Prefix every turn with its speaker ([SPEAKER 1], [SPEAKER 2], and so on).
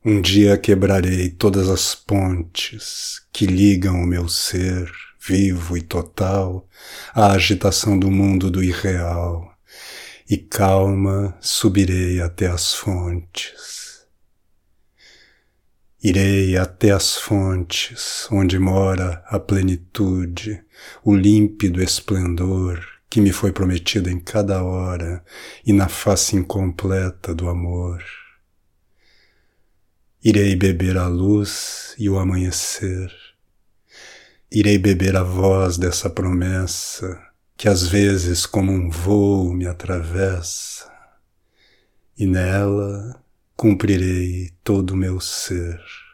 [SPEAKER 1] Um dia quebrarei todas as pontes que ligam o meu ser, vivo e total, à agitação do mundo do irreal, e calma subirei até as fontes. Irei até as fontes, onde mora a plenitude, o límpido esplendor que me foi prometido em cada hora e na face incompleta do amor. Irei beber a luz e o amanhecer. Irei beber a voz dessa promessa que às vezes como um vôo me atravessa, e nela cumprirei todo o meu ser.